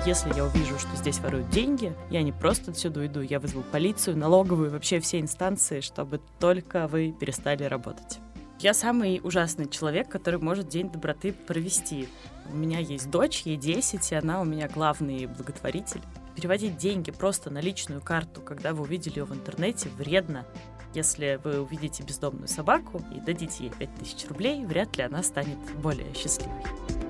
Если я увижу, что здесь воруют деньги, я не просто отсюда уйду, я вызову полицию, налоговую, вообще все инстанции, чтобы только вы перестали работать. Я самый ужасный человек, который может День доброты провести. У меня есть дочь, ей 10, и она у меня главный благотворитель. Переводить деньги просто на личную карту, когда вы увидели ее в интернете, вредно. Если вы увидите бездомную собаку и дадите ей 5000 рублей, вряд ли она станет более счастливой.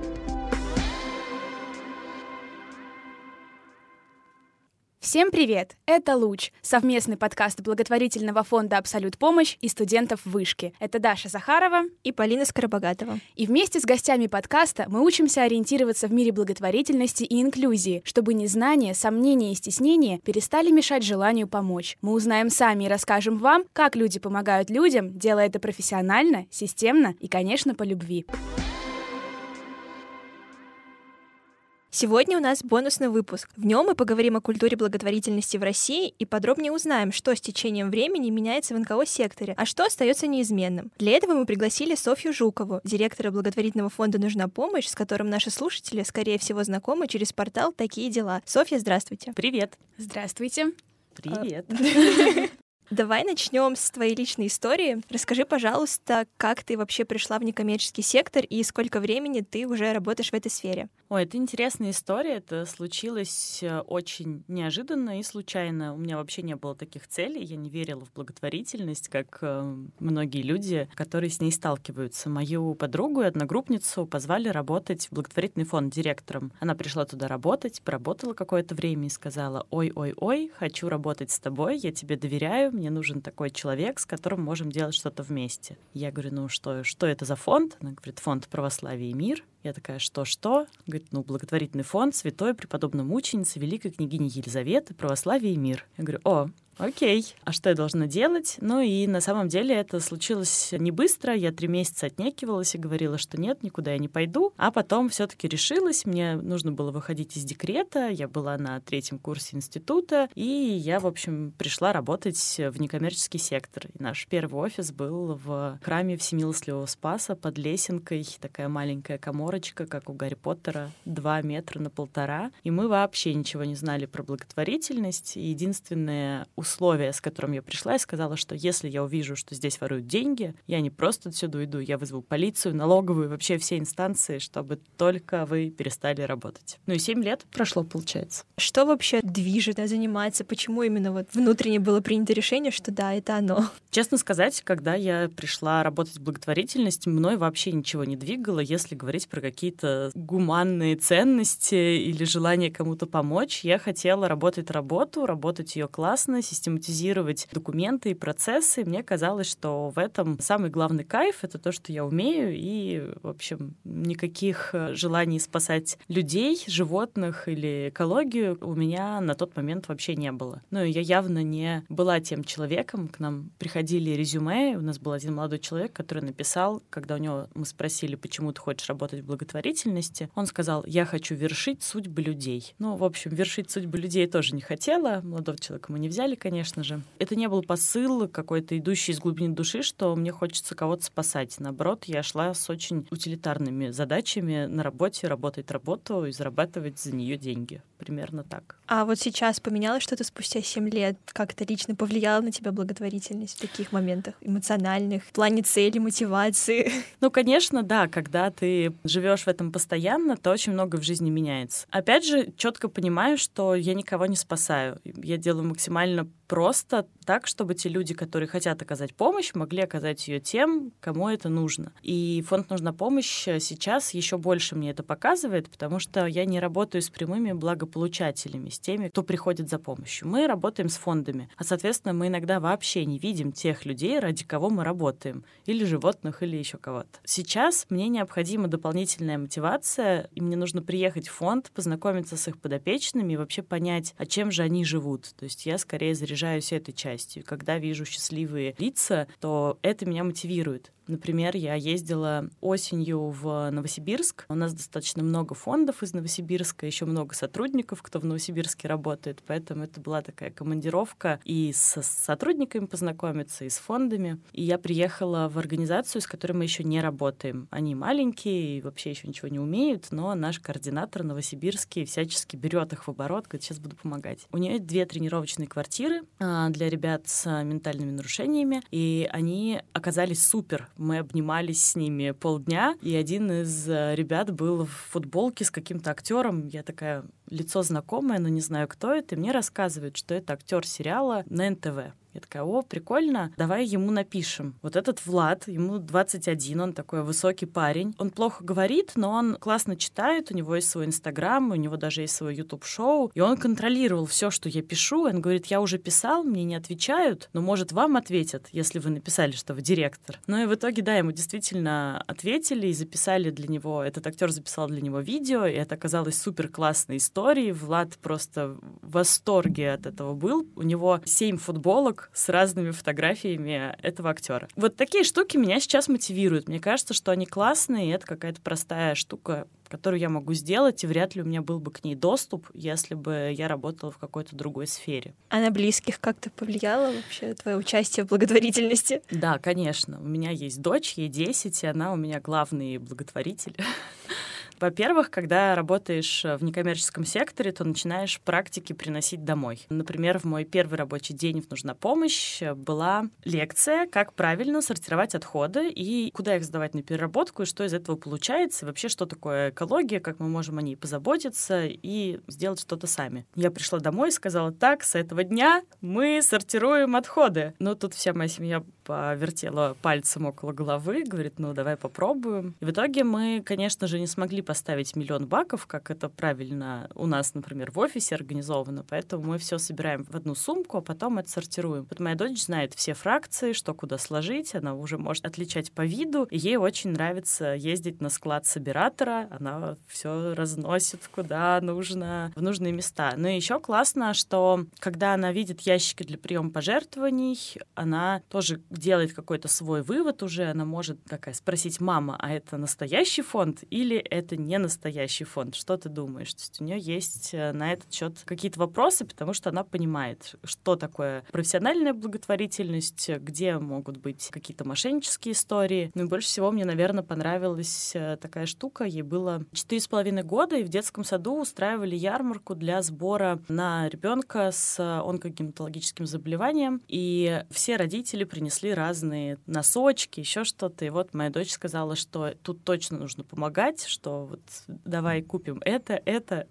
Всем привет! Это «Луч» — совместный подкаст благотворительного фонда «Абсолют Помощь» и студентов Вышки. Это Даша Захарова и Полина Скоробогатова. И вместе с гостями подкаста мы учимся ориентироваться в мире благотворительности и инклюзии, чтобы незнание, сомнения и стеснение перестали мешать желанию помочь. Мы узнаем сами и расскажем вам, как люди помогают людям, делая это профессионально, системно и, конечно, по любви. Сегодня у нас бонусный выпуск. В нем мы поговорим о культуре благотворительности в России и подробнее узнаем, что с течением времени меняется в НКО-секторе, а что остается неизменным. Для этого мы пригласили Софью Жукову, директора благотворительного фонда «Нужна помощь», с которым наши слушатели, скорее всего, знакомы через портал «Такие дела». Софья, здравствуйте. Привет. Здравствуйте. Привет. Давай начнем с твоей личной истории. Расскажи, пожалуйста, как ты вообще пришла в некоммерческий сектор и сколько времени ты уже работаешь в этой сфере? Ой, это интересная история. Это случилось очень неожиданно и случайно. У меня вообще не было таких целей. Я не верила в благотворительность, как многие люди, которые с ней сталкиваются. Мою подругу и одногруппницу позвали работать в благотворительный фонд директором. Она пришла туда работать, поработала какое-то время и сказала: ой, хочу работать с тобой, я тебе доверяю, мне нужен такой человек, с которым можем делать что-то вместе. Я говорю: ну что это за фонд? Она говорит: фонд «Православие и мир». Я такая: что? Говорит: благотворительный фонд святой преподобной мученицы великой княгини Елизаветы, «Православие и мир». Я говорю: окей, а что я должна делать? Ну и на самом деле это случилось не быстро. Я 3 месяца отнекивалась и говорила, что нет, никуда я не пойду. А потом все-таки решилась. Мне нужно было выходить из декрета. Я была на 3-м курсе института. И я, в общем, пришла работать в некоммерческий сектор. И наш первый офис был в храме Всемилостливого Спаса под лесенкой. Такая маленькая каморочка, как у Гарри Поттера, 2 метра на 1,5. И мы вообще ничего не знали про благотворительность. И единственное условие, с которым я пришла, я сказала, что если я увижу, что здесь воруют деньги, я не просто отсюда уйду, я вызову полицию, налоговую, вообще все инстанции, чтобы только вы перестали работать. Ну и 7 лет прошло, получается. Что вообще движет заниматься? Почему именно вот внутренне было принято решение, что да, это оно? Честно сказать, когда я пришла работать в благотворительность, мной вообще ничего не двигало, если говорить про какие-то гуманные ценности или желание кому-то помочь. Я хотела работать ее классно, систематизировать документы и процессы. Мне казалось, что в этом самый главный кайф — это то, что я умею, и, в общем, никаких желаний спасать людей, животных или экологию у меня на тот момент вообще не было. Ну, и я явно не была тем человеком. К нам приходили резюме, у нас был один молодой человек, который написал, когда у него мы спросили, почему ты хочешь работать в благотворительности, он сказал: я хочу вершить судьбы людей. Ну, в общем, вершить судьбы людей я тоже не хотела. Молодого человека мы не взяли, конечно же. Это не был посыл какой-то, идущий из глубины души, что мне хочется кого-то спасать. Наоборот, я шла с очень утилитарными задачами на работе, работать работу и зарабатывать за нее деньги. Примерно так. А вот сейчас поменялось что-то спустя 7 лет? Как это лично повлияло на тебя благотворительность в таких моментах эмоциональных, в плане цели, мотивации? Ну, конечно, да, когда ты живешь в этом постоянно, то очень много в жизни меняется. Опять же, четко понимаю, что я никого не спасаю. Я делаю максимально просто так, чтобы те люди, которые хотят оказать помощь, могли оказать ее тем, кому это нужно. И фонд «Нужна помощь» сейчас еще больше мне это показывает, потому что я не работаю с прямыми благополучателями, с теми, кто приходит за помощью. Мы работаем с фондами, а, соответственно, мы иногда вообще не видим тех людей, ради кого мы работаем, или животных, или еще кого-то. Сейчас мне необходима дополнительная мотивация, и мне нужно приехать в фонд, познакомиться с их подопечными и вообще понять, а чем же они живут. То есть я скорее заряжаюсь этой частью. Когда вижу счастливые лица, то это меня мотивирует. Например, я ездила осенью в Новосибирск. У нас достаточно много фондов из Новосибирска, еще много сотрудников, кто в Новосибирске работает, поэтому это была такая командировка и с сотрудниками познакомиться, и с фондами. И я приехала в организацию, с которой мы еще не работаем. Они маленькие и вообще еще ничего не умеют, но наш координатор новосибирский всячески берет их в оборот, говорит, сейчас буду помогать. У нее 2 тренировочные квартиры для ребят с ментальными нарушениями, и они оказались супер. Мы обнимались с ними полдня, и один из ребят был в футболке с каким-то актером. Я такая, лицо знакомое, но не знаю, кто это, и мне рассказывают, что это актер сериала на НТВ. Я такая, о, прикольно, давай ему напишем. Вот этот Влад, ему 21, он такой высокий парень. Он плохо говорит, но он классно читает, у него есть свой Инстаграм, у него даже есть свой YouTube-шоу, и он контролировал все, что я пишу. Он говорит, я уже писал, мне не отвечают, но, может, вам ответят, если вы написали, что вы директор. Ну и в итоге, да, ему действительно ответили и записали для него, этот актер записал для него видео, и это оказалось супер классной историей. Влад просто в восторге от этого был. У него 7 футболок с разными фотографиями этого актера. Вот такие штуки меня сейчас мотивируют. Мне кажется, что они классные, и это какая-то простая штука, которую я могу сделать, и вряд ли у меня был бы к ней доступ, если бы я работала в какой-то другой сфере. А на близких как-то повлияло вообще твое участие в благотворительности? Да, конечно. У меня есть дочь, ей 10, и она у меня главный благотворитель. Во-первых, когда работаешь в некоммерческом секторе, то начинаешь практики приносить домой. Например, в мой первый рабочий день в «Нужна помощь» была лекция, как правильно сортировать отходы и куда их сдавать на переработку, и что из этого получается, и вообще, что такое экология, как мы можем о ней позаботиться и сделать что-то сами. Я пришла домой и сказала, так, с этого дня мы сортируем отходы. Ну, тут вся моя семья повертела пальцем около головы, говорит, ну, давай попробуем. И в итоге мы, конечно же, не смогли поставить 1 000 000 баков, как это правильно у нас, например, в офисе организовано, поэтому мы все собираем в одну сумку, а потом это сортируем. Вот моя дочь знает все фракции, что куда сложить, она уже может отличать по виду, и ей очень нравится ездить на склад собиратора, она все разносит куда нужно, в нужные места. Но еще классно, что когда она видит ящики для приема пожертвований, она тоже делает какой-то свой вывод уже, она может такая спросить, мама, а это настоящий фонд или это не настоящий фонд? Что ты думаешь? То есть у нее есть на этот счет какие-то вопросы, потому что она понимает, что такое профессиональная благотворительность, где могут быть какие-то мошеннические истории. Ну и больше всего мне, наверное, понравилась такая штука. Ей было 4,5 года, и в детском саду устраивали ярмарку для сбора на ребенка с онкогематологическим заболеванием, и все родители принесли разные носочки, еще что-то. И вот моя дочь сказала, что тут точно нужно помогать, что вот давай купим это,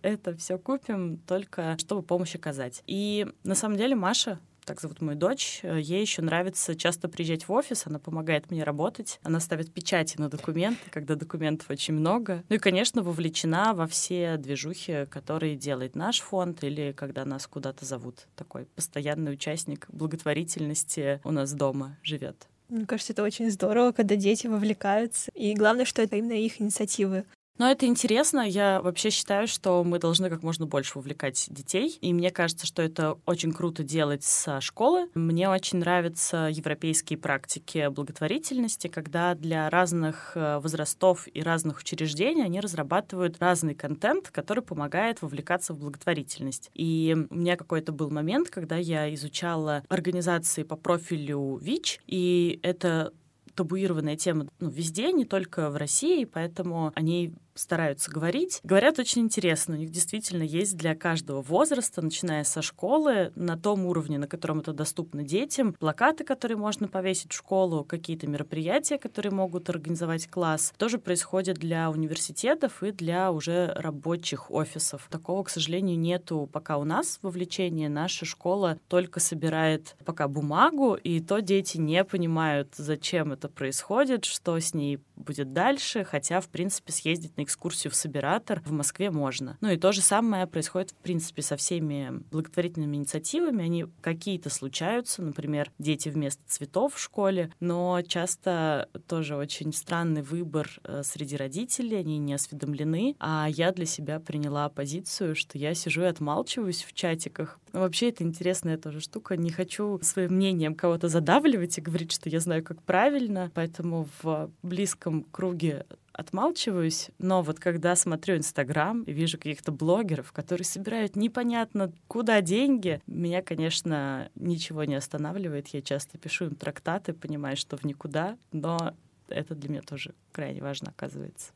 все купим, только чтобы помощь оказать. И на самом деле Маша, так зовут мою дочь, ей еще нравится часто приезжать в офис, она помогает мне работать, она ставит печати на документы, когда документов очень много. Ну и, конечно, вовлечена во все движухи, которые делает наш фонд или когда нас куда-то зовут. Такой постоянный участник благотворительности у нас дома живет. Мне кажется, это очень здорово, когда дети вовлекаются. И главное, что это именно их инициативы. Но это интересно. Я вообще считаю, что мы должны как можно больше вовлекать детей. И мне кажется, что это очень круто делать со школы. Мне очень нравятся европейские практики благотворительности, когда для разных возрастов и разных учреждений они разрабатывают разный контент, который помогает вовлекаться в благотворительность. И у меня какой-то был момент, когда я изучала организации по профилю ВИЧ, и это табуированная тема везде, не только в России, поэтому они стараются говорить. Говорят очень интересно. У них действительно есть для каждого возраста, начиная со школы, на том уровне, на котором это доступно детям, плакаты, которые можно повесить в школу, какие-то мероприятия, которые могут организовать класс. Тоже происходит для университетов и для уже рабочих офисов. Такого, к сожалению, нету пока у нас вовлечения. Наша школа только собирает пока бумагу, и то дети не понимают, зачем это происходит, что с ней будет дальше, хотя, в принципе, съездить на экскурсию в Собиратор в Москве можно. Ну и то же самое происходит, в принципе, со всеми благотворительными инициативами. Они какие-то случаются, например, дети вместо цветов в школе, но часто тоже очень странный выбор среди родителей, они не осведомлены, а я для себя приняла позицию, что я сижу и отмалчиваюсь в чатиках. Но вообще это интересная тоже штука. Не хочу своим мнением кого-то задавливать и говорить, что я знаю, как правильно, поэтому в близком круге отмалчиваюсь, но вот когда смотрю Инстаграм и вижу каких-то блогеров, которые собирают непонятно куда деньги, меня, конечно, ничего не останавливает. Я часто пишу им трактаты, понимаю, что в никуда, но это для меня тоже крайне важно оказывается.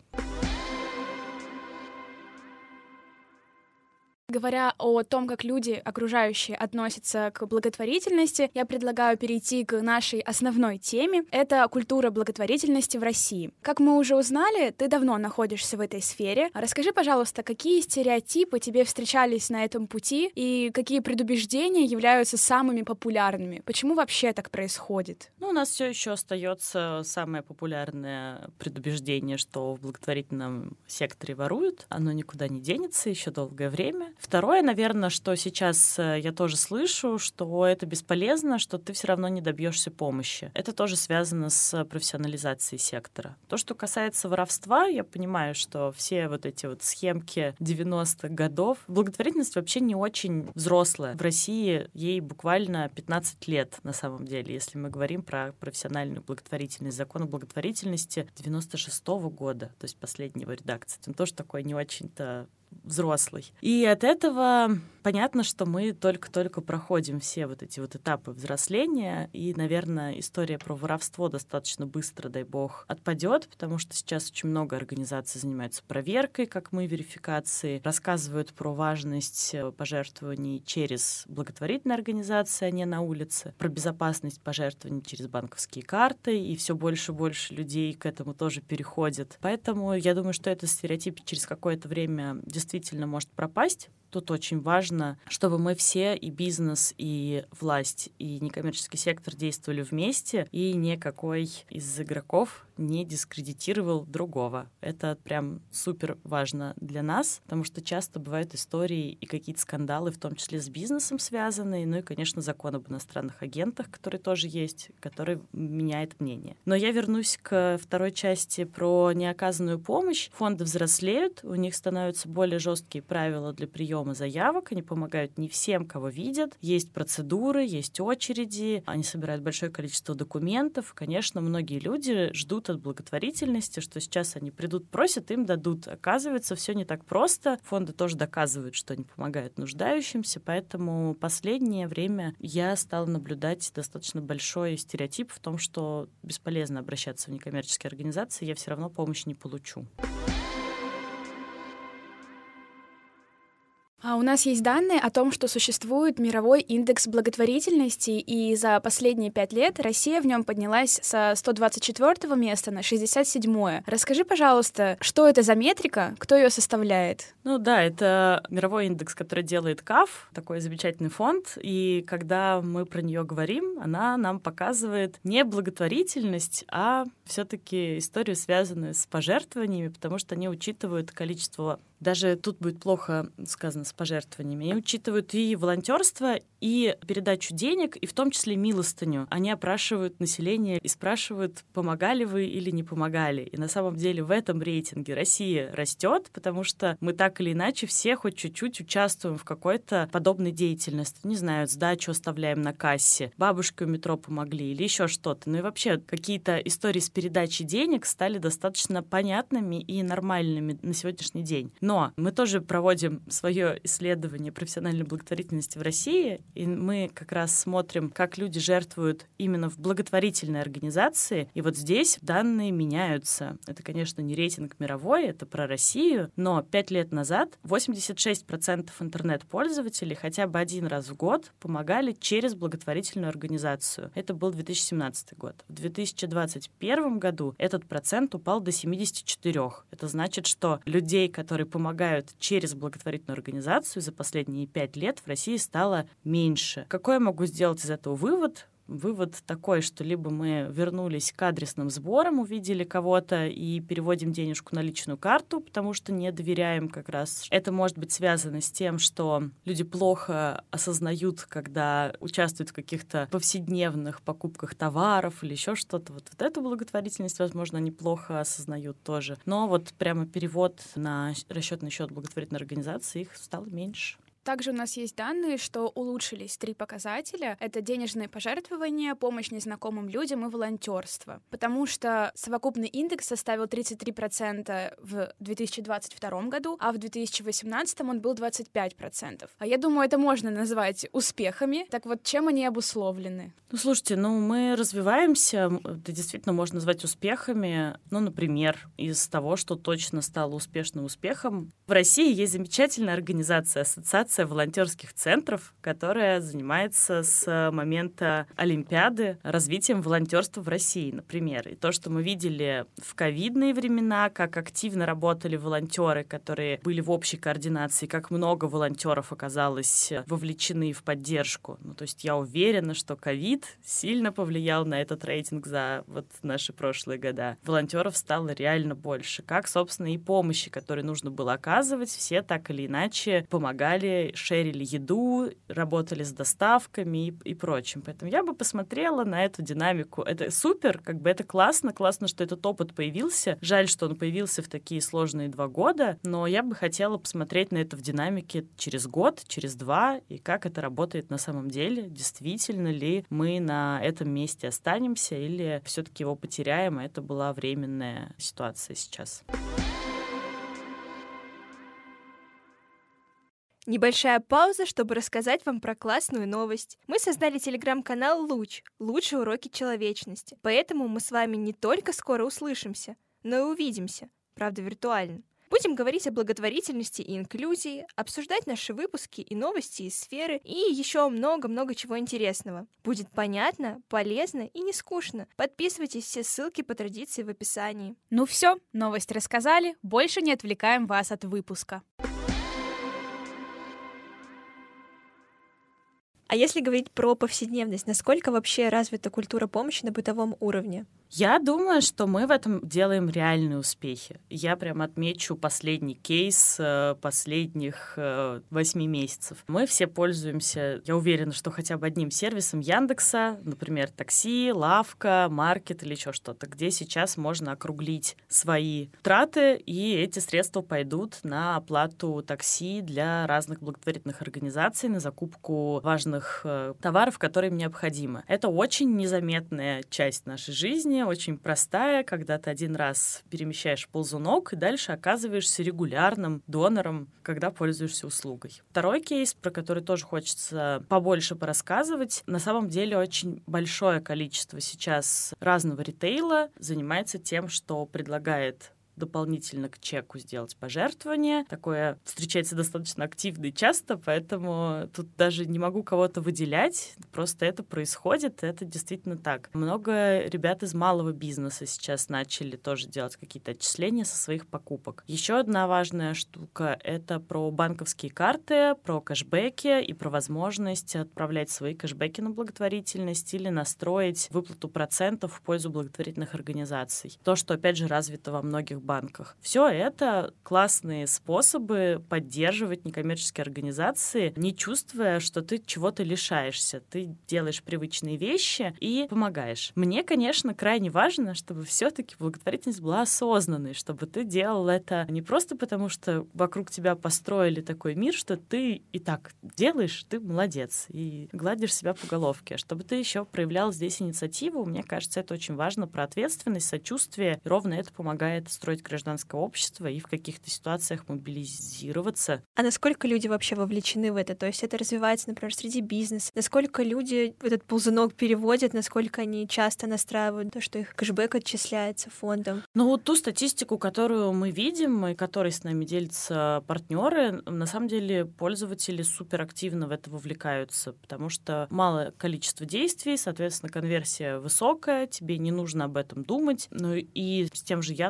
Говоря о том, как люди окружающие относятся к благотворительности, я предлагаю перейти к нашей основной теме. Это культура благотворительности в России. Как мы уже узнали, ты давно находишься в этой сфере. Расскажи, пожалуйста, какие стереотипы тебе встречались на этом пути и какие предубеждения являются самыми популярными? Почему вообще так происходит? Ну, у нас все еще остается самое популярное предубеждение, что в благотворительном секторе воруют. Оно никуда не денется еще долгое время. Второе, наверное, что сейчас я тоже слышу, что это бесполезно, что ты все равно не добьешься помощи. Это тоже связано с профессионализацией сектора. То, что касается воровства, я понимаю, что все вот эти вот схемки 90-х годов, благотворительность вообще не очень взрослая. В России ей буквально 15 лет на самом деле, если мы говорим про профессиональную благотворительность. Закон о благотворительности 96-го года, то есть последнего редакции. Он тоже такой не очень-то взрослый. И от этого понятно, что мы только-только проходим все вот эти вот этапы взросления, и, наверное, история про воровство достаточно быстро, дай бог, отпадет, потому что сейчас очень много организаций занимаются проверкой, как мы, верификацией, рассказывают про важность пожертвований через благотворительные организации, а не на улице, про безопасность пожертвований через банковские карты, и все больше и больше людей к этому тоже переходят. Поэтому я думаю, что этот стереотип через какое-то время действительно может пропасть. Тут очень важно, чтобы мы все, и бизнес, и власть, и некоммерческий сектор действовали вместе, и никакой из игроков не дискредитировал другого. Это прям супер важно для нас, потому что часто бывают истории и какие-то скандалы, в том числе с бизнесом связанные, ну и, конечно, закон об иностранных агентах, который тоже есть, который меняет мнение. Но я вернусь к второй части про неоказанную помощь. Фонды взрослеют, у них становятся более жесткие правила для приема заявок, они помогают не всем, кого видят. Есть процедуры, есть очереди, они собирают большое количество документов. Конечно, многие люди ждут от благотворительности, что сейчас они придут, просят, им дадут. Оказывается, все не так просто. Фонды тоже доказывают, что они помогают нуждающимся, поэтому последнее время я стала наблюдать достаточно большой стереотип в том, что бесполезно обращаться в некоммерческие организации, я все равно помощь не получу. У нас есть данные о том, что существует мировой индекс благотворительности, и за последние 5 лет Россия в нем поднялась со 124 места на 67-е. Расскажи, пожалуйста, что это за метрика, кто ее составляет? Ну да, это мировой индекс, который делает КАФ, такой замечательный фонд, и когда мы про нее говорим, она нам показывает не благотворительность, а все-таки историю, связанную с пожертвованиями, потому что они учитывают количество, даже тут будет плохо сказано с пожертвованиями, они учитывают и волонтерство, и передачу денег, и в том числе милостыню. Они опрашивают население и спрашивают, помогали вы или не помогали. И на самом деле в этом рейтинге Россия растет, потому что мы так или иначе все хоть чуть-чуть участвуем в какой-то подобной деятельности. Не знаю, сдачу оставляем на кассе, бабушке у метро помогли или еще что-то. Ну и вообще какие-то истории с передачей денег стали достаточно понятными и нормальными на сегодняшний день. Но мы тоже проводим свое исследование профессиональной благотворительности в России, и мы как раз смотрим, как люди жертвуют именно в благотворительной организации. И вот здесь данные меняются. Это, конечно, не рейтинг мировой, это про Россию, но 5 лет назад 86% интернет-пользователей хотя бы один раз в год помогали через благотворительную организацию. Это был 2017 год. В 2021 году этот процент упал до 74%. Это значит, что людей, которые помогают через благотворительную организацию, за последние 5 лет в России стало меньше. Какой я могу сделать из этого вывод? вывод такой, что либо мы вернулись к адресным сборам, увидели кого-то и переводим денежку на личную карту, потому что не доверяем как раз. Это может быть связано с тем, что люди плохо осознают, когда участвуют в каких-то повседневных покупках товаров или еще что-то. Вот эту благотворительность, возможно, они плохо осознают тоже. Но вот прямо перевод на расчетный счет благотворительной организации их стало меньше. Также у нас есть данные, что улучшились 3 показателя. Это денежные пожертвования, помощь незнакомым людям и волонтерство. Потому что совокупный индекс составил 33% в 2022 году, а в 2018 он был 25%. А я думаю, это можно назвать успехами. Так вот, чем они обусловлены? Слушайте, мы развиваемся, это действительно можно назвать успехами. Например, из того, что точно стало успешным успехом. В России есть замечательная организация, ассоциация волонтерских центров, которая занимается с момента Олимпиады развитием волонтерства в России, например. И то, что мы видели в ковидные времена, как активно работали волонтеры, которые были в общей координации, как много волонтеров оказалось вовлечены в поддержку. То есть я уверена, что ковид сильно повлиял на этот рейтинг за наши прошлые года. Волонтеров стало реально больше. Как, собственно, и помощи, которые нужно было оказывать, все так или иначе помогали, шерили еду, работали с доставками и прочим. Поэтому я бы посмотрела на эту динамику. Это супер, это классно, что этот опыт появился. Жаль, что он появился в такие сложные 2 года, но я бы хотела посмотреть на это в динамике через год, через 2, и как это работает на самом деле. Действительно ли мы на этом месте останемся или все-таки его потеряем, а это была временная ситуация сейчас. Небольшая пауза, чтобы рассказать вам про классную новость. Мы создали телеграм-канал «Луч» — лучшие уроки человечности. Поэтому мы с вами не только скоро услышимся, но и увидимся, правда, виртуально. Будем говорить о благотворительности и инклюзии, обсуждать наши выпуски и новости из сферы, и еще много-много чего интересного. Будет понятно, полезно и не скучно. Подписывайтесь, все ссылки по традиции в описании. Ну все, новость рассказали, больше не отвлекаем вас от выпуска. А если говорить про повседневность, насколько вообще развита культура помощи на бытовом уровне? Я думаю, что мы в этом делаем реальные успехи. Я прям отмечу последний кейс последних 8 месяцев. Мы все пользуемся, я уверена, что хотя бы одним сервисом Яндекса, например, такси, лавка, маркет или еще что-то, где сейчас можно округлить свои траты, и эти средства пойдут на оплату такси для разных благотворительных организаций, на закупку важных товаров, которые им необходимы. Это очень незаметная часть нашей жизни, очень простая, когда ты один раз перемещаешь ползунок и дальше оказываешься регулярным донором, когда пользуешься услугой. Второй кейс, про который тоже хочется побольше порассказывать, на самом деле очень большое количество сейчас разного ритейла занимается тем, что предлагает дополнительно к чеку сделать пожертвование. Такое встречается достаточно активно и часто, поэтому тут даже не могу кого-то выделять, просто это происходит, и это действительно так. Много ребят из малого бизнеса сейчас начали тоже делать какие-то отчисления со своих покупок. Еще одна важная штука — это про банковские карты, про кэшбэки и про возможность отправлять свои кэшбэки на благотворительность или настроить выплату процентов в пользу благотворительных организаций. То, что, опять же, развито во многих банках. Все это классные способы поддерживать некоммерческие организации, не чувствуя, что ты чего-то лишаешься. Ты делаешь привычные вещи и помогаешь. Мне, конечно, крайне важно, чтобы все-таки благотворительность была осознанной, чтобы ты делал это не просто потому, что вокруг тебя построили такой мир, что ты и так делаешь, ты молодец, и гладишь себя по головке. Чтобы ты еще проявлял здесь инициативу, мне кажется, это очень важно, про ответственность, сочувствие. И ровно это помогает строить гражданское общество и в каких-то ситуациях мобилизироваться. А насколько люди вообще вовлечены в это? То есть это развивается, например, среди бизнеса? Насколько люди этот ползунок переводят, насколько они часто настраивают то, что их кэшбэк отчисляется фондом? Ту статистику, которую мы видим и которой с нами делятся партнеры, на самом деле пользователи суперактивно в это вовлекаются, потому что малое количество действий, соответственно, конверсия высокая, тебе не нужно об этом думать. И с тем же Яндексом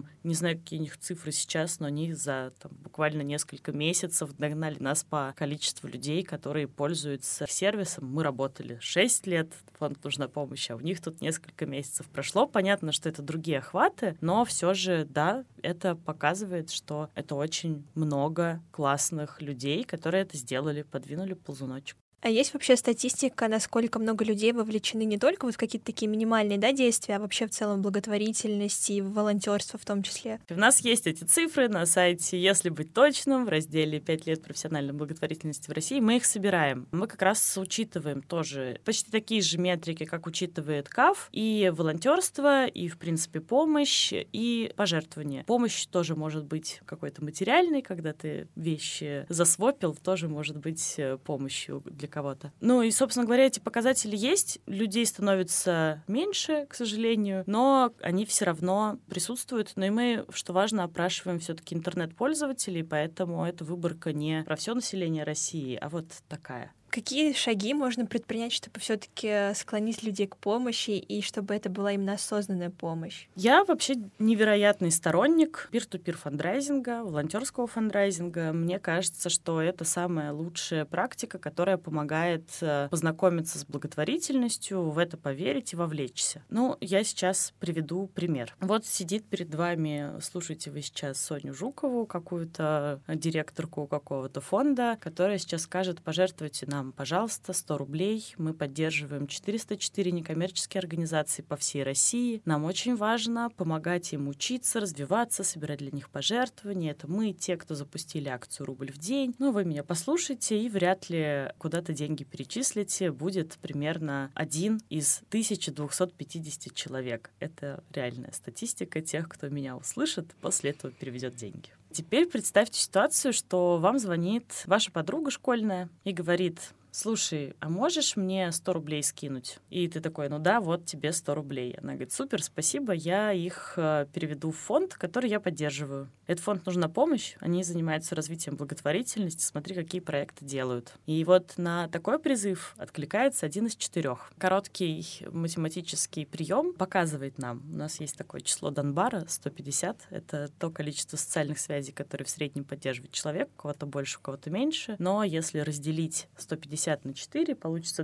не знаю, какие у них цифры сейчас, но они за буквально несколько месяцев догнали нас по количеству людей, которые пользуются сервисом. Мы работали 6 лет, фонд «Нужна помощь», а у них тут несколько месяцев прошло. Понятно, что это другие охваты, но все же, да, это показывает, что это очень много классных людей, которые это сделали, подвинули ползуночек. А есть вообще статистика, насколько много людей вовлечены не только в какие-то такие минимальные, да, действия, а вообще в целом благотворительность и волонтерство в том числе? У нас есть эти цифры на сайте «Если быть точным» в разделе «5 лет профессиональной благотворительности в России». Мы их собираем. Мы как раз учитываем тоже почти такие же метрики, как учитывает КАФ, и волонтерство, и, в принципе, помощь, и пожертвования. Помощь тоже может быть какой-то материальной, когда ты вещи засвопил, тоже может быть помощью для кого-то. Ну и, собственно говоря, эти показатели есть. Людей становится меньше, к сожалению, но они все равно присутствуют. Но и мы, что важно, опрашиваем все-таки интернет-пользователей, поэтому эта выборка не про все население России, а вот такая. Какие шаги можно предпринять, чтобы все-таки склонить людей к помощи и чтобы это была именно осознанная помощь? Я вообще невероятный сторонник пир-ту-пир фандрайзинга, волонтерского фандрайзинга. Мне кажется, что это самая лучшая практика, которая помогает познакомиться с благотворительностью, в это поверить и вовлечься. Ну, я сейчас приведу пример. Вот сидит перед вами, слушайте вы сейчас Соню Жукову, какую-то директорку какого-то фонда, которая сейчас скажет: пожертвуйте нам, пожалуйста, 100 рублей. Мы поддерживаем 404 некоммерческие организации по всей России. Нам очень важно помогать им учиться, развиваться, собирать для них пожертвования. Это мы, те, кто запустили акцию «Рубль в день». Ну, вы меня послушайте, и вряд ли куда-то деньги перечислите. Будет примерно 1 из 1250 человек. Это реальная статистика тех, кто меня услышит, после этого переведет деньги. Теперь представьте ситуацию, что вам звонит ваша подруга школьная и говорит: слушай, а можешь мне 100 рублей скинуть? И ты такой: ну да, вот тебе 100 рублей. Она говорит: супер, спасибо, я их переведу в фонд, который я поддерживаю. Этот фонд «Нужна помощь», они занимаются развитием благотворительности, смотри, какие проекты делают. И вот на такой призыв откликается 1 из 4. Короткий математический прием показывает нам, у нас есть такое число Данбара, 150, это то количество социальных связей, которые в среднем поддерживает человек, у кого-то больше, у кого-то меньше, но если разделить 150 на 4, получится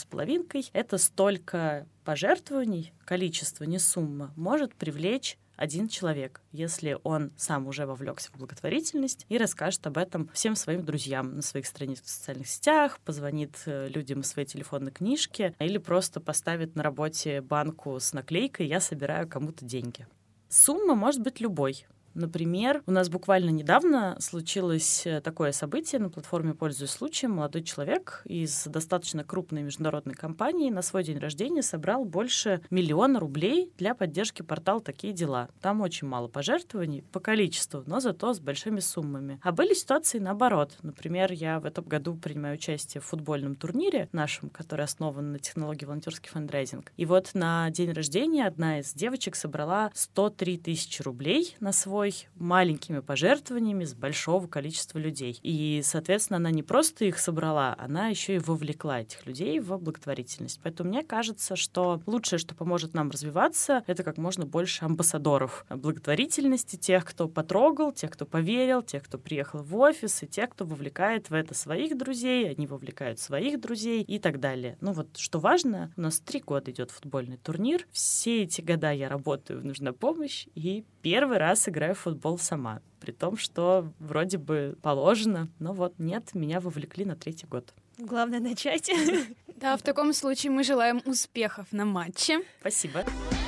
37,5. Это столько пожертвований, количество, не сумма, может привлечь 1 человек, если он сам уже вовлекся в благотворительность и расскажет об этом всем своим друзьям на своих страницах в социальных сетях, позвонит людям из своей телефонной книжки или просто поставит на работе банку с наклейкой «Я собираю кому-то деньги». Сумма может быть любой. Например, у нас буквально недавно случилось такое событие на платформе «Пользуясь случаем». Молодой человек из достаточно крупной международной компании на свой день рождения собрал больше 1 миллиона рублей для поддержки портала «Такие дела». Там очень мало пожертвований по количеству, но зато с большими суммами. А были ситуации наоборот. Например, я в этом году принимаю участие в футбольном турнире нашем, который основан на технологии волонтерский фандрайзинг. И вот на день рождения одна из девочек собрала 103 тысячи рублей на свой маленькими пожертвованиями с большого количества людей. И, соответственно, она не просто их собрала, она еще и вовлекла этих людей в благотворительность. Поэтому мне кажется, что лучшее, что поможет нам развиваться, это как можно больше амбассадоров благотворительности, тех, кто потрогал, тех, кто поверил, тех, кто приехал в офис, и тех, кто вовлекает в это своих друзей, они вовлекают своих друзей и так далее. Ну вот, что важно, у нас 3 года идет футбольный турнир. Все эти года я работаю в «Нужна помощь» и первый раз играю в футбол сама. При том, что вроде бы положено, но вот нет, меня вовлекли на 3-й год. Главное начать. Да, в таком случае мы желаем успехов на матче. Спасибо.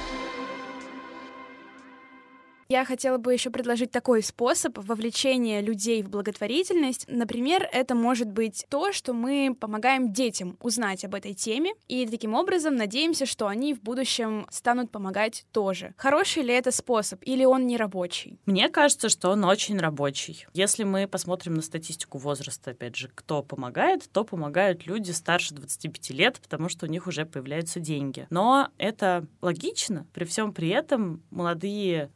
Я хотела бы еще предложить такой способ вовлечения людей в благотворительность. Например, это может быть то, что мы помогаем детям узнать об этой теме, и таким образом надеемся, что они в будущем станут помогать тоже. Хороший ли это способ, или он не рабочий? Мне кажется, что он очень рабочий. Если мы посмотрим на статистику возраста, опять же, кто помогает, то помогают люди старше 25 лет, потому что у них уже появляются деньги. Но это логично. При всем при этом молодые ребята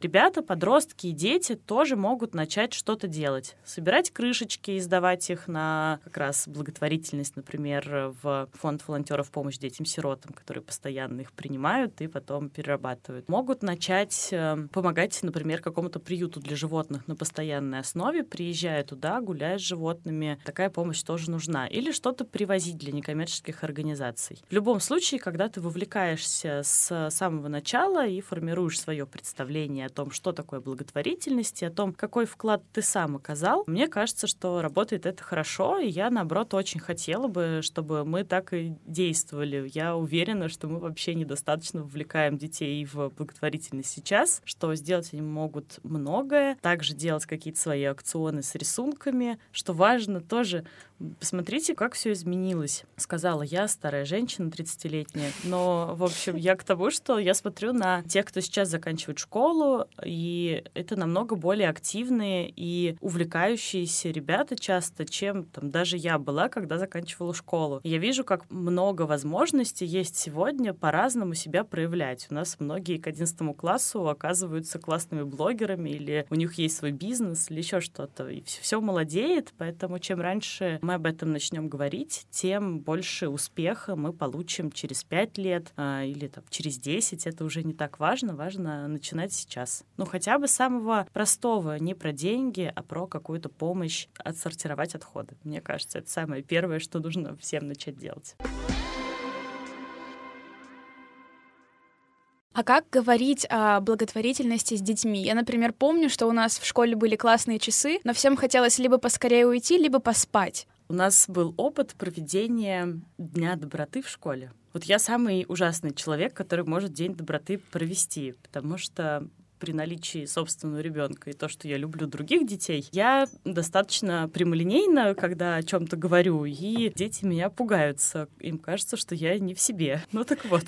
подростки и дети тоже могут начать что-то делать. Собирать крышечки и сдавать их на как раз благотворительность, например, в фонд волонтеров «Помощь детям-сиротам», которые постоянно их принимают и потом перерабатывают. Могут начать помогать, например, какому-то приюту для животных на постоянной основе, приезжая туда, гуляя с животными. Такая помощь тоже нужна. Или что-то привозить для некоммерческих организаций. В любом случае, когда ты вовлекаешься с самого начала и формируешь свое представление о том, что такое благотворительность, и о том, какой вклад ты сам оказал, мне кажется, что работает это хорошо, и я, наоборот, очень хотела бы, чтобы мы так и действовали. Я уверена, что мы вообще недостаточно вовлекаем детей в благотворительность сейчас, что сделать они могут многое, также делать какие-то свои аукционы с рисунками, что важно тоже. Посмотрите, как все изменилось. Сказала я, старая женщина, 30-летняя. Но, в общем, я к тому, что я смотрю на тех, кто сейчас заканчивает школу, и это намного более активные и увлекающиеся ребята часто, чем там даже я была, когда заканчивала школу. Я вижу, как много возможностей есть сегодня по-разному себя проявлять. У нас многие к 11 классу оказываются классными блогерами, или у них есть свой бизнес, или еще что-то. И все молодеет, поэтому чем раньше мы об этом начнем говорить, тем больше успеха мы получим через 5 лет или там, через 10. Это уже не так важно. Важно начинать сейчас. Ну, хотя бы самого простого, не про деньги, а про какую-то помощь отсортировать отходы. Мне кажется, это самое первое, что нужно всем начать делать. А как говорить о благотворительности с детьми? Я, например, помню, что у нас в школе были классные часы, но всем хотелось либо поскорее уйти, либо поспать. У нас был опыт проведения Дня доброты в школе. Вот я самый ужасный человек, который может День доброты провести, потому что при наличии собственного ребенка и то, что я люблю других детей, я достаточно прямолинейна, когда о чем-то говорю, и дети меня пугаются. Им кажется, что я не в себе. Ну так вот.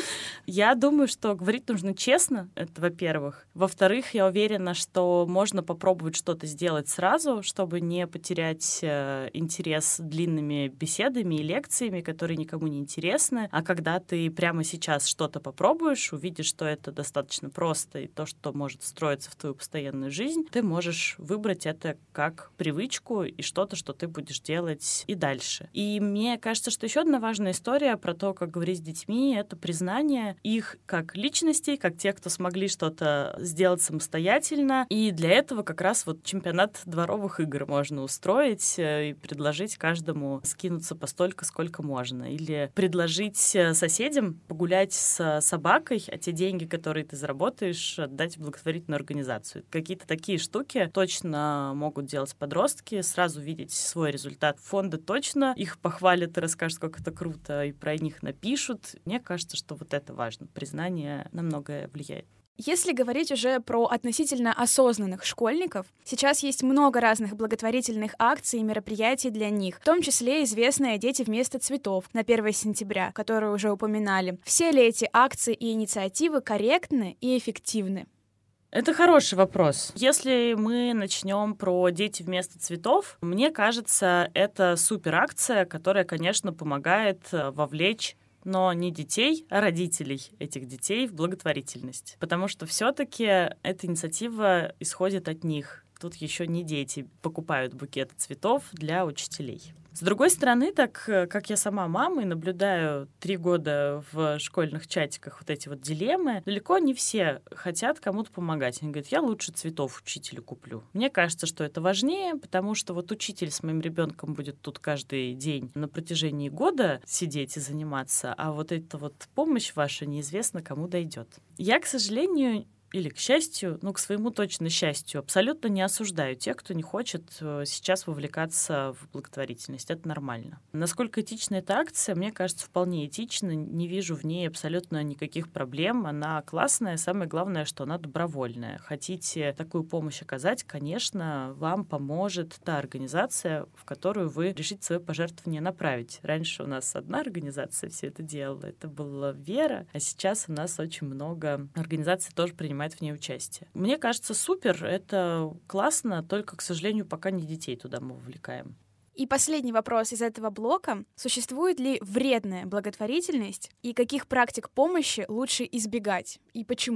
Я думаю, что говорить нужно честно, это во-первых. Во-вторых, я уверена, что можно попробовать что-то сделать сразу, чтобы не потерять интерес длинными беседами и лекциями, которые никому не интересны. А когда ты прямо сейчас что-то попробуешь, увидишь, что это достаточно просто, и то, что может строиться в твою постоянную жизнь, ты можешь выбрать это как привычку и что-то, что ты будешь делать и дальше. И мне кажется, что еще одна важная история про то, как говорить с детьми, это признание их как личностей, как тех, кто смогли что-то сделать самостоятельно. И для этого как раз вот чемпионат дворовых игр можно устроить и предложить каждому скинуться постолько, сколько можно. Или предложить соседям погулять с собакой, а те деньги, которые ты заработаешь, отдать в благотворительную организацию. Какие-то такие штуки точно могут делать подростки, сразу видеть свой результат. Фонды точно их похвалят и расскажут, как это круто, и про них напишут. Мне кажется, что вот это важно. Признание на многое влияет. Если говорить уже про относительно осознанных школьников, сейчас есть много разных благотворительных акций и мероприятий для них, в том числе известная «Дети вместо цветов» на 1 сентября, которую уже упоминали. Все ли эти акции и инициативы корректны и эффективны? Это хороший вопрос. Если мы начнем про «Дети вместо цветов», мне кажется, это суперакция, которая, конечно, помогает вовлечь но не детей, а родителей этих детей в благотворительность. Потому что все-таки эта инициатива исходит от них. Тут еще не дети покупают букеты цветов для учителей. С другой стороны, так как я сама мама и наблюдаю 3 года в школьных чатиках вот эти вот дилеммы, далеко не все хотят кому-то помогать. Они говорят, я лучше цветов учителю куплю. Мне кажется, что это важнее, потому что вот учитель с моим ребенком будет тут каждый день на протяжении года сидеть и заниматься, а вот эта вот помощь ваша неизвестно кому дойдет. Я, к сожалению, или к счастью, к своему точно счастью, абсолютно не осуждаю тех, кто не хочет сейчас вовлекаться в благотворительность. Это нормально. Насколько этична эта акция, мне кажется, вполне этична. Не вижу в ней абсолютно никаких проблем. Она классная. Самое главное, что она добровольная. Хотите такую помощь оказать, конечно, вам поможет та организация, в которую вы решите свое пожертвование направить. Раньше у нас одна организация все это делала. Это была Вера. А сейчас у нас очень много организаций тоже принимают в ней участие. Мне кажется, супер, это классно, только, к сожалению, пока не детей туда мы вовлекаем. И последний вопрос из этого блока. Существует ли вредная благотворительность и каких практик помощи лучше избегать? И почему?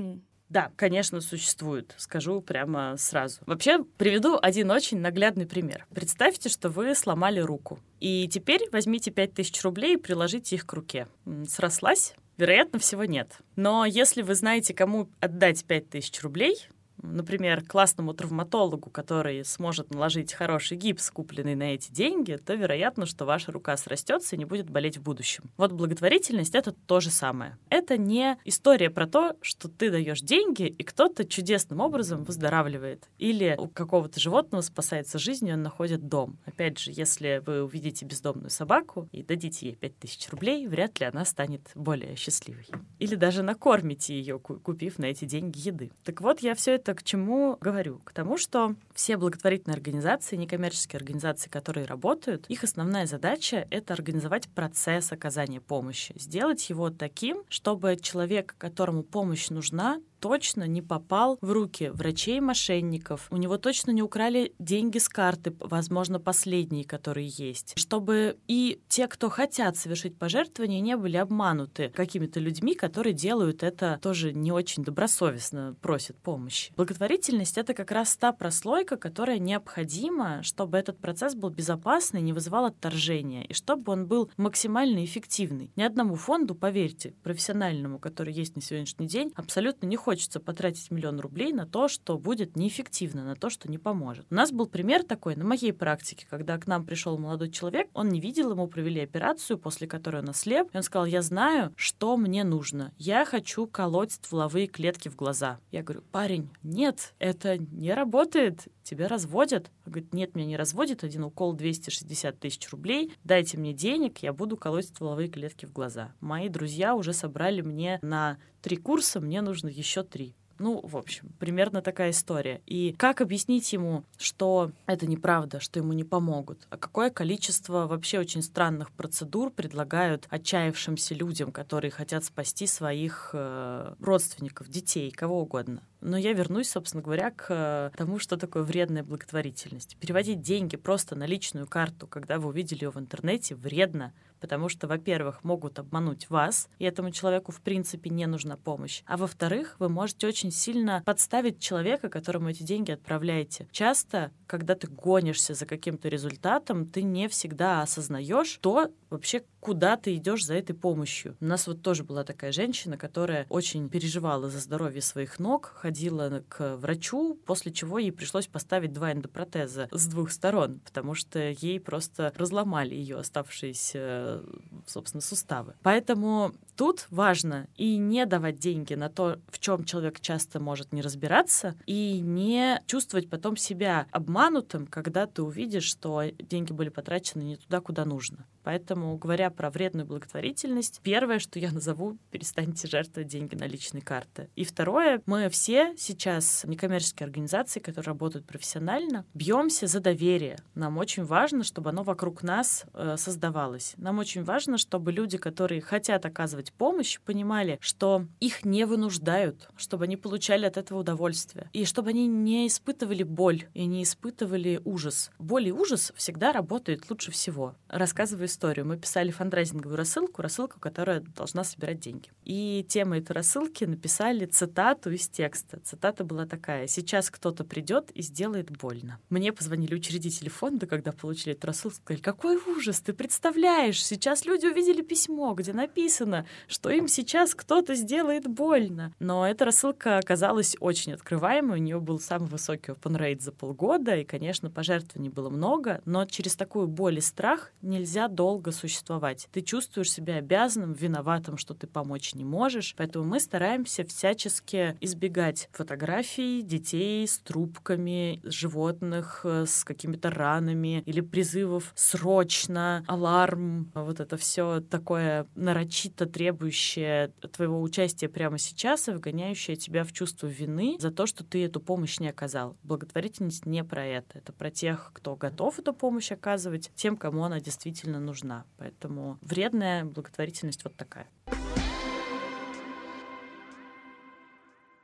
Да, конечно, существует, скажу прямо сразу. Вообще, приведу один очень наглядный пример. Представьте, что вы сломали руку. И теперь возьмите 5000 рублей и приложите их к руке. Срослась? Вероятно, всего нет. Но если вы знаете, кому отдать 5000 рублей, например, классному травматологу, который сможет наложить хороший гипс, купленный на эти деньги, то вероятно, что ваша рука срастется и не будет болеть в будущем. Вот благотворительность — это то же самое. Это не история про то, что ты даешь деньги, и кто-то чудесным образом выздоравливает. Или у какого-то животного спасается жизнь, и он находит дом. Опять же, если вы увидите бездомную собаку и дадите ей 5000 рублей, вряд ли она станет более счастливой. Или даже накормите ее, купив на эти деньги еды. Так вот, я все это к чему говорю? К тому, что все благотворительные организации, некоммерческие организации, которые работают, их основная задача — это организовать процесс оказания помощи, сделать его таким, чтобы человек, которому помощь нужна, точно не попал в руки врачей-мошенников, у него точно не украли деньги с карты, возможно, последние, которые есть, чтобы и те, кто хотят совершить пожертвования, не были обмануты какими-то людьми, которые делают это тоже не очень добросовестно, просят помощи. Благотворительность — это как раз та прослойка, которая необходима, чтобы этот процесс был безопасный, не вызывал отторжения, и чтобы он был максимально эффективный. Ни одному фонду, поверьте, профессиональному, который есть на сегодняшний день, абсолютно не хочется потратить 1 000 000 рублей на то, что будет неэффективно, на то, что не поможет. У нас был пример такой на моей практике, когда к нам пришел молодой человек, он не видел, ему провели операцию, после которой он ослеп, и он сказал: я знаю, что мне нужно. Я хочу колоть стволовые клетки в глаза. Я говорю: парень, нет, это не работает, тебя разводят. Он говорит: нет, меня не разводят, 1 укол 260 000 рублей, дайте мне денег, я буду колоть стволовые клетки в глаза. Мои друзья уже собрали мне на 3 курса, мне нужно еще 3. Ну, в общем, примерно такая история. И как объяснить ему, что это неправда, что ему не помогут? А какое количество вообще очень странных процедур предлагают отчаявшимся людям, которые хотят спасти своих родственников, детей, кого угодно? Но я вернусь, собственно говоря, к тому, что такое вредная благотворительность. Переводить деньги просто на личную карту, когда вы увидели ее в интернете, вредно. Потому что, во-первых, могут обмануть вас, и этому человеку, в принципе, не нужна помощь. А во-вторых, вы можете очень сильно подставить человека, которому эти деньги отправляете. Часто, когда ты гонишься за каким-то результатом, ты не всегда осознаешь то, вообще, куда ты идешь за этой помощью. У нас вот тоже была такая женщина, которая очень переживала за здоровье своих ног, ходила к врачу, после чего ей пришлось поставить 2 эндопротеза с 2 сторон, потому что ей просто разломали ее оставшиеся, собственно, суставы. Поэтому тут важно и не давать деньги на то, в чем человек часто может не разбираться, и не чувствовать потом себя обманутым, когда ты увидишь, что деньги были потрачены не туда, куда нужно. Поэтому, говоря про вредную благотворительность, первое, что я назову: перестаньте жертвовать деньги на личные карты. И второе, мы все сейчас, некоммерческие организации, которые работают профессионально, бьемся за доверие. Нам очень важно, чтобы оно вокруг нас создавалось. Нам очень важно, чтобы люди, которые хотят оказывать помощь, понимали, что их не вынуждают, чтобы они получали от этого удовольствие, и чтобы они не испытывали боль и не испытывали ужас. Боль и ужас всегда работают лучше всего. Рассказываю историю. Мы писали фандрайзинговую рассылку, которая должна собирать деньги. И тема этой рассылки написали цитату из текста. Цитата была такая: «Сейчас кто-то придет и сделает больно». Мне позвонили учредители фонда, когда получили эту рассылку, сказали: какой ужас, ты представляешь, сейчас люди увидели письмо, где написано, что им сейчас кто-то сделает больно. Но эта рассылка оказалась очень открываемой, у нее был самый высокий open rate за полгода, и, конечно, пожертвований было много, но через такую боль и страх нельзя долго существовать. Ты чувствуешь себя обязанным, виноватым, что ты помочь не можешь, поэтому мы стараемся всячески избегать фотографий детей с трубками, животных с какими-то ранами или призывов «срочно», «аларм», вот это все такое нарочито требующее твоего участия прямо сейчас и вгоняющее тебя в чувство вины за то, что ты эту помощь не оказал. Благотворительность не про это. Это про тех, кто готов эту помощь оказывать, тем, кому она действительно нужна. Поэтому вредная благотворительность вот такая.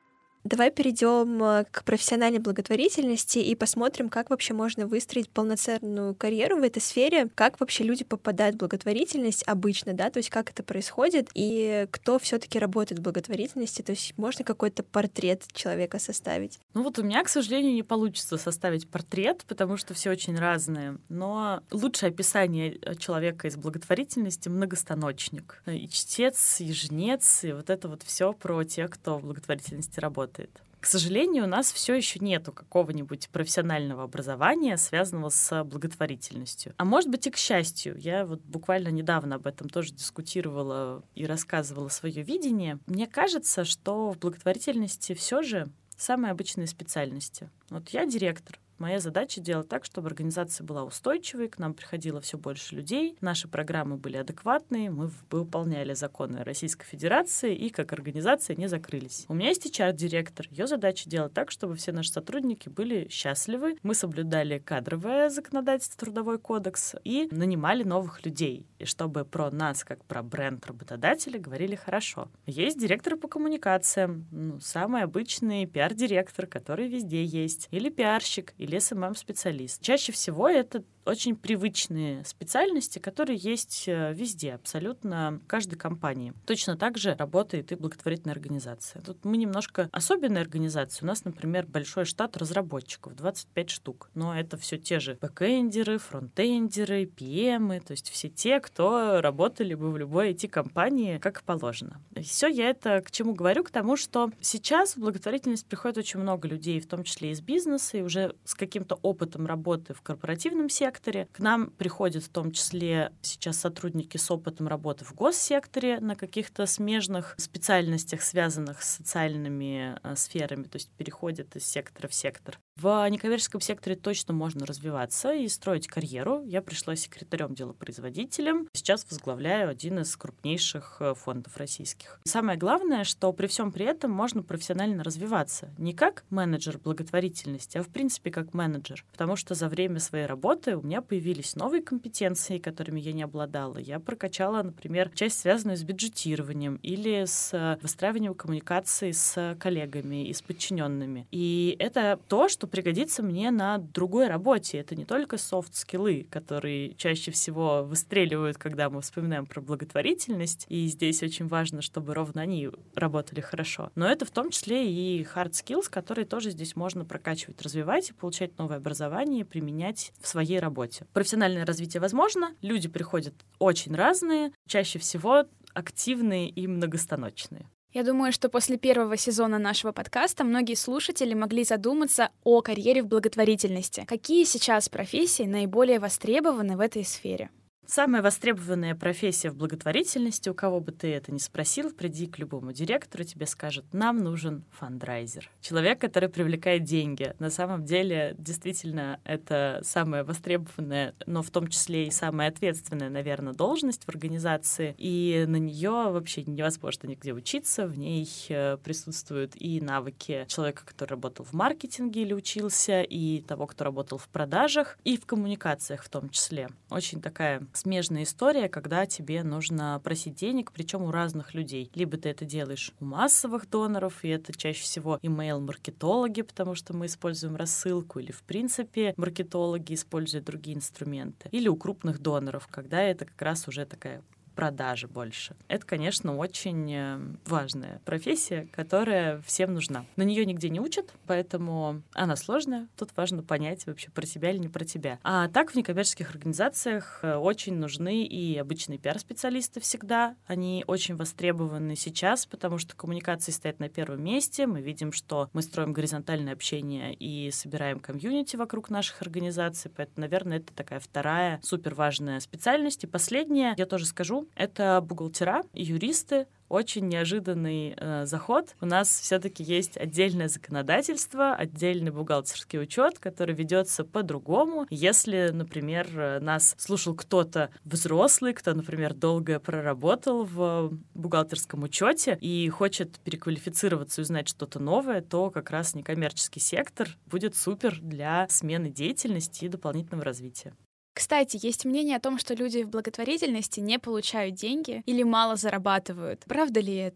Давай перейдем к профессиональной благотворительности и посмотрим, как вообще можно выстроить полноценную карьеру в этой сфере, как вообще люди попадают в благотворительность обычно, да, то есть как это происходит и кто все-таки работает в благотворительности, то есть можно какой-то портрет человека составить? Ну вот у меня, к сожалению, не получится составить портрет, потому что все очень разное, но лучшее описание человека из благотворительности — многостаночник. И чтец, и жнец, и вот это вот все про тех, кто в благотворительности работает. К сожалению, у нас все еще нету какого-нибудь профессионального образования, связанного с благотворительностью. А может быть и к счастью. Я вот буквально недавно об этом тоже дискутировала и рассказывала свое видение. Мне кажется, что в благотворительности все же самые обычные специальности. Вот я директор. Моя задача делать так, чтобы организация была устойчивой, к нам приходило все больше людей, наши программы были адекватные, мы выполняли законы Российской Федерации и как организация не закрылись. У меня есть HR-директор. Ее задача делать так, чтобы все наши сотрудники были счастливы, мы соблюдали кадровое законодательство, трудовой кодекс и нанимали новых людей, и чтобы про нас, как про бренд работодателя, говорили хорошо. Есть директоры по коммуникациям, самый обычный пиар-директор, который везде есть, или пиарщик, или СММ-специалист. Чаще всего это очень привычные специальности, которые есть везде, абсолютно в каждой компании. Точно так же работает и благотворительная организация. Тут мы немножко особенная организация. У нас, например, большой штат разработчиков, 25 штук. Но это все те же бэкэндеры, фронтендеры, PM, то есть все те, кто работали бы в любой IT-компании, как положено. И все я это к чему говорю? К тому, что сейчас в благотворительность приходит очень много людей, в том числе из бизнеса, и уже с каким-то опытом работы в корпоративном секторе. К нам приходят в том числе сейчас сотрудники с опытом работы в госсекторе на каких-то смежных специальностях, связанных с социальными сферами, то есть переходят из сектора в сектор. В некоммерческом секторе точно можно развиваться и строить карьеру. Я пришла секретарем-делопроизводителем. Сейчас возглавляю один из крупнейших фондов российских. Самое главное, что при всем при этом можно профессионально развиваться. Не как менеджер благотворительности, а в принципе как менеджер. Потому что за время своей работы у меня появились новые компетенции, которыми я не обладала. Я прокачала, например, часть, связанную с бюджетированием или с выстраиванием коммуникации с коллегами и с подчиненными. И это то, что пригодится мне на другой работе. Это не только софт-скиллы, которые чаще всего выстреливают, когда мы вспоминаем про благотворительность, и здесь очень важно, чтобы ровно они работали хорошо. Но это в том числе и hard skills, которые тоже здесь можно прокачивать, развивать и получать новое образование, применять в своей работе. Профессиональное развитие возможно, люди приходят очень разные, чаще всего активные и многостаночные. Я думаю, что после первого сезона нашего подкаста многие слушатели могли задуматься о карьере в благотворительности. Какие сейчас профессии наиболее востребованы в этой сфере? Самая востребованная профессия в благотворительности, у кого бы ты это ни спросил, приди к любому директору, тебе скажут: нам нужен фандрайзер. Человек, который привлекает деньги. На самом деле, действительно, это самая востребованная, но в том числе и самая ответственная, наверное, должность в организации. И на нее вообще невозможно нигде учиться. В ней присутствуют и навыки человека, который работал в маркетинге или учился, и того, кто работал в продажах, и в коммуникациях в том числе. Очень такая смежная история, когда тебе нужно просить денег, причем у разных людей. Либо ты это делаешь у массовых доноров, и это чаще всего email-маркетологи, потому что мы используем рассылку, или в принципе маркетологи используют другие инструменты. Или у крупных доноров, когда это как раз уже такая продажи больше. Это, конечно, очень важная профессия, которая всем нужна. На нее нигде не учат, поэтому она сложная. Тут важно понять вообще, про тебя или не про тебя. А так в некоммерческих организациях очень нужны и обычные пиар-специалисты всегда. Они очень востребованы сейчас, потому что коммуникации стоят на первом месте. Мы видим, что мы строим горизонтальное общение и собираем комьюнити вокруг наших организаций. Поэтому, наверное, это такая вторая суперважная специальность. И последняя, я тоже скажу, это бухгалтера и юристы. Очень неожиданный заход. У нас все-таки есть отдельное законодательство, отдельный бухгалтерский учет, который ведется по-другому. Если, например, нас слушал кто-то взрослый, кто, например, долго проработал в бухгалтерском учете и хочет переквалифицироваться и узнать что-то новое, то как раз некоммерческий сектор будет супер для смены деятельности и дополнительного развития. Кстати, есть мнение о том, что люди в благотворительности не получают деньги или мало зарабатывают. Правда ли это?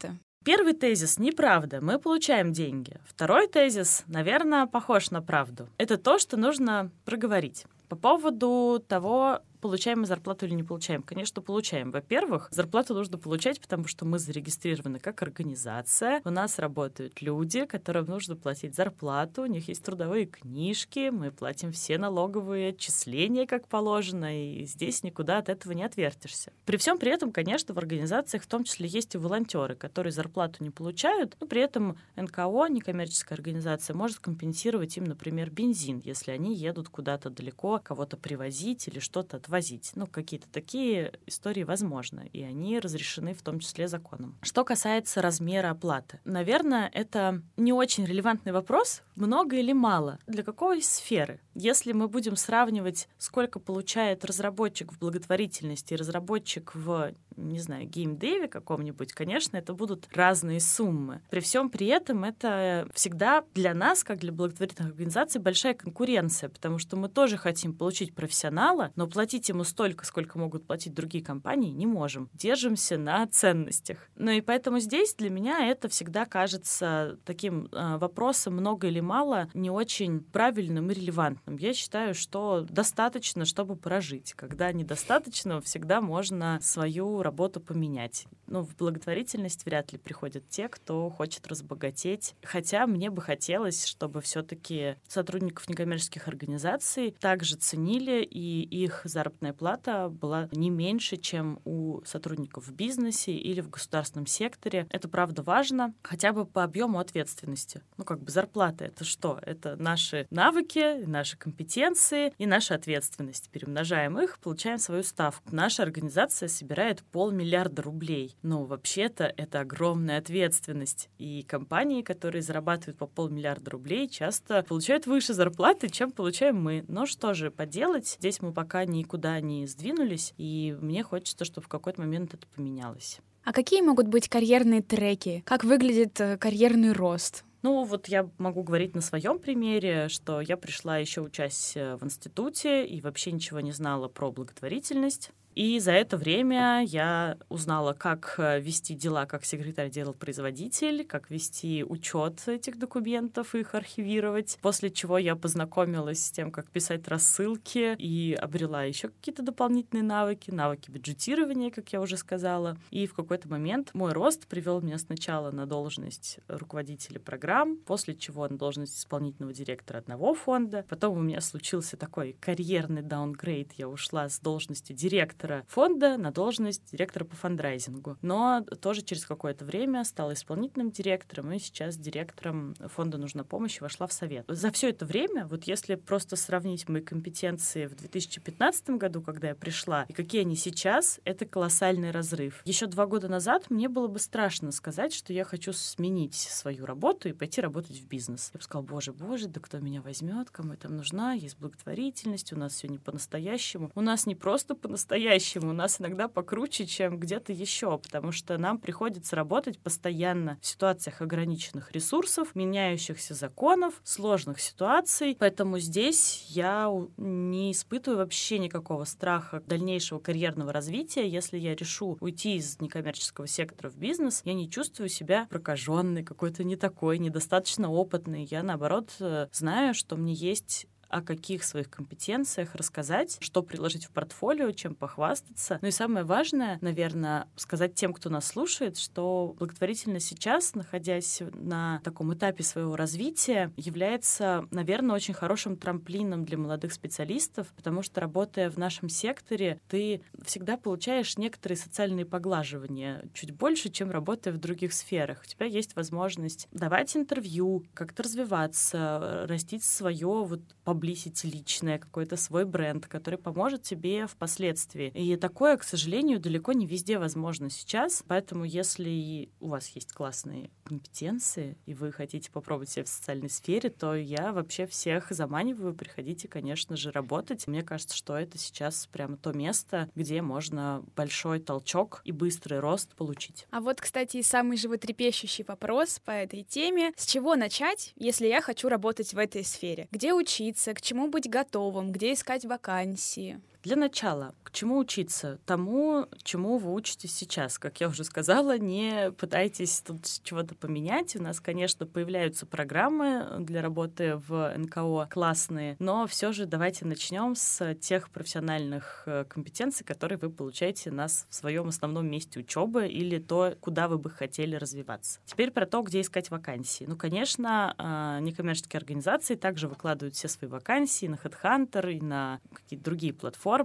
Первый тезис — неправда, мы получаем деньги. Второй тезис, наверное, похож на правду. Это то, что нужно проговорить. По поводу того, получаем мы зарплату или не получаем. Конечно, получаем. Во-первых, зарплату нужно получать, потому что мы зарегистрированы как организация. У нас работают люди, которым нужно платить зарплату. У них есть трудовые книжки. Мы платим все налоговые отчисления, как положено. И здесь никуда от этого не отвертишься. При всем при этом, конечно, в организациях в том числе есть и волонтеры, которые зарплату не получают, но при этом НКО, некоммерческая организация, может компенсировать им, например, бензин, если они едут куда-то далеко, кого-то привозить или что-то отвозить. Какие-то такие истории возможны, и они разрешены в том числе законом. Что касается размера оплаты. Наверное, это не очень релевантный вопрос, много или мало. Для какой сферы? Если мы будем сравнивать, сколько получает разработчик в благотворительности и разработчик в, не знаю, геймдеве каком-нибудь, конечно, это будут разные суммы. При всем при этом это всегда для нас, как для благотворительных организаций, большая конкуренция, потому что мы тоже хотим получить профессионала, но платить ему столько, сколько могут платить другие компании, не можем. Держимся на ценностях. Ну и поэтому здесь для меня это всегда кажется таким вопросом много или мало не очень правильным и релевантным. Я считаю, что достаточно, чтобы прожить. Когда недостаточно, всегда можно свою работу поменять. В благотворительность вряд ли приходят те, кто хочет разбогатеть. Хотя мне бы хотелось, чтобы все-таки сотрудников некоммерческих организаций также ценили, и их заработная плата была не меньше, чем у сотрудников в бизнесе или в государственном секторе. Это правда важно, хотя бы по объему ответственности. Зарплата — это что? Это наши навыки, наши компетенции и наша ответственность. Перемножаем их, получаем свою ставку. Наша организация собирает 500 миллиарда рублей. Вообще-то это огромная ответственность. И компании, которые зарабатывают по 500 миллиарда рублей, часто получают выше зарплаты, чем получаем мы. Но что же поделать? Здесь мы пока никуда не сдвинулись, и мне хочется, чтобы в какой-то момент это поменялось. А какие могут быть карьерные треки? Как выглядит карьерный рост? Я могу говорить на своем примере, что я пришла еще учась в институте и вообще ничего не знала про благотворительность. И за это время я узнала, как вести дела как секретарь-делопроизводитель, как вести учет этих документов и их архивировать, после чего я познакомилась с тем, как писать рассылки, и обрела еще какие-то дополнительные навыки бюджетирования, как я уже сказала. И в какой-то момент мой рост привел меня сначала на должность руководителя программ, после чего на должность исполнительного директора одного фонда. Потом у меня случился такой карьерный даунгрейд. Я ушла с должности директора фонда на должность директора по фандрайзингу. Но тоже через какое-то время стала исполнительным директором, и сейчас директором фонда «Нужна помощь» вошла в совет. За все это время, если просто сравнить мои компетенции в 2015 году, когда я пришла, и какие они сейчас, это колоссальный разрыв. Еще 2 года назад мне было бы страшно сказать, что я хочу сменить свою работу и пойти работать в бизнес. Я бы сказала: боже, да кто меня возьмет, кому я там нужна, есть благотворительность, у нас все не по-настоящему. У нас не просто по-настоящему, у нас иногда покруче, чем где-то еще, потому что нам приходится работать постоянно в ситуациях ограниченных ресурсов, меняющихся законов, сложных ситуаций. Поэтому здесь я не испытываю вообще никакого страха дальнейшего карьерного развития. Если я решу уйти из некоммерческого сектора в бизнес, я не чувствую себя прокаженной, какой-то не такой, недостаточно опытной. Я, наоборот, знаю, что мне есть о каких своих компетенциях рассказать, что приложить в портфолио, чем похвастаться. И самое важное, наверное, сказать тем, кто нас слушает, что благотворительность сейчас, находясь на таком этапе своего развития, является, наверное, очень хорошим трамплином для молодых специалистов, потому что, работая в нашем секторе, ты всегда получаешь некоторые социальные поглаживания, чуть больше, чем работая в других сферах. У тебя есть возможность давать интервью, как-то развиваться, растить свое publicity личное, какой-то свой бренд, который поможет тебе впоследствии. И такое, к сожалению, далеко не везде возможно сейчас. Поэтому, если у вас есть классные компетенции, и вы хотите попробовать себя в социальной сфере, то я вообще всех заманиваю. Приходите, конечно же, работать. Мне кажется, что это сейчас прямо то место, где можно большой толчок и быстрый рост получить. А кстати, самый животрепещущий вопрос по этой теме. С чего начать, если я хочу работать в этой сфере? Где учиться? К чему быть готовым? Где искать вакансии? Для начала, к чему учиться? Тому, чему вы учитесь сейчас. Как я уже сказала, не пытайтесь тут чего-то поменять. У нас, конечно, появляются программы для работы в НКО классные, но все же давайте начнем с тех профессиональных компетенций, которые вы получаете в своем основном месте учебы или то, куда вы бы хотели развиваться. Теперь про то, где искать вакансии. Конечно, некоммерческие организации также выкладывают все свои вакансии на HeadHunter и на какие-то другие платформы,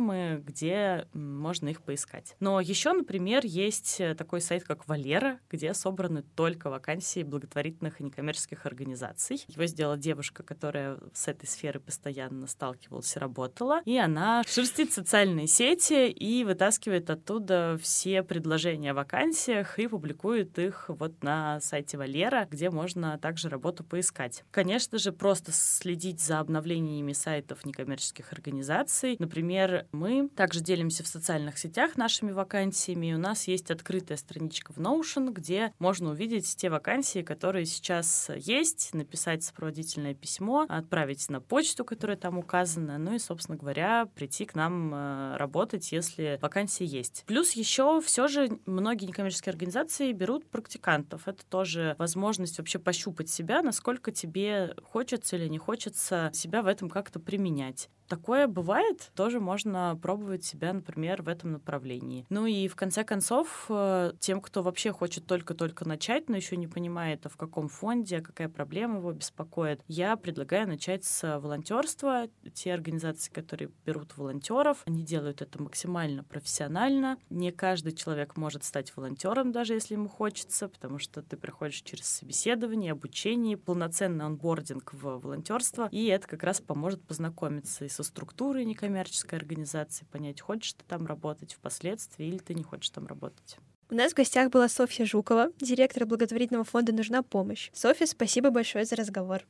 где можно их поискать. Но еще, например, есть такой сайт, как Валера, где собраны только вакансии благотворительных и некоммерческих организаций. Его сделала девушка, которая с этой сферой постоянно сталкивалась и работала, и она шерстит социальные сети и вытаскивает оттуда все предложения о вакансиях и публикует их вот на сайте Валера, где можно также работу поискать. Конечно же, просто следить за обновлениями сайтов некоммерческих организаций. Например, мы также делимся в социальных сетях нашими вакансиями. У нас есть открытая страничка в Notion, где можно увидеть те вакансии, которые сейчас есть, написать сопроводительное письмо, отправить на почту, которая там указана, ну и, собственно говоря, прийти к нам работать, если вакансии есть. Плюс еще все же многие некоммерческие организации берут практикантов. Это тоже возможность вообще пощупать себя, насколько тебе хочется или не хочется себя в этом как-то применять. Такое бывает, тоже можно пробовать себя, например, в этом направлении. Ну и в конце концов, тем, кто вообще хочет только-только начать, но еще не понимает, в каком фонде, какая проблема его беспокоит, я предлагаю начать с волонтерства. Те организации, которые берут волонтеров, они делают это максимально профессионально. Не каждый человек может стать волонтером, даже если ему хочется, потому что ты проходишь через собеседование, обучение, полноценный онбординг в волонтерство, и это как раз поможет познакомиться и со структурой некоммерческой организации, понять, хочешь ты там работать впоследствии или ты не хочешь там работать. У нас в гостях была Софья Жукова, директор благотворительного фонда «Нужна помощь». Софья, спасибо большое за разговор.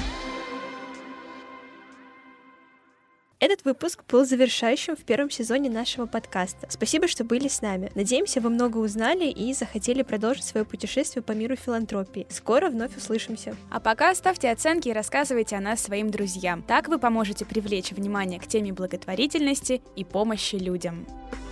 Этот выпуск был завершающим в первом сезоне нашего подкаста. Спасибо, что были с нами. Надеемся, вы много узнали и захотели продолжить свое путешествие по миру филантропии. Скоро вновь услышимся. А пока ставьте оценки и рассказывайте о нас своим друзьям. Так вы поможете привлечь внимание к теме благотворительности и помощи людям.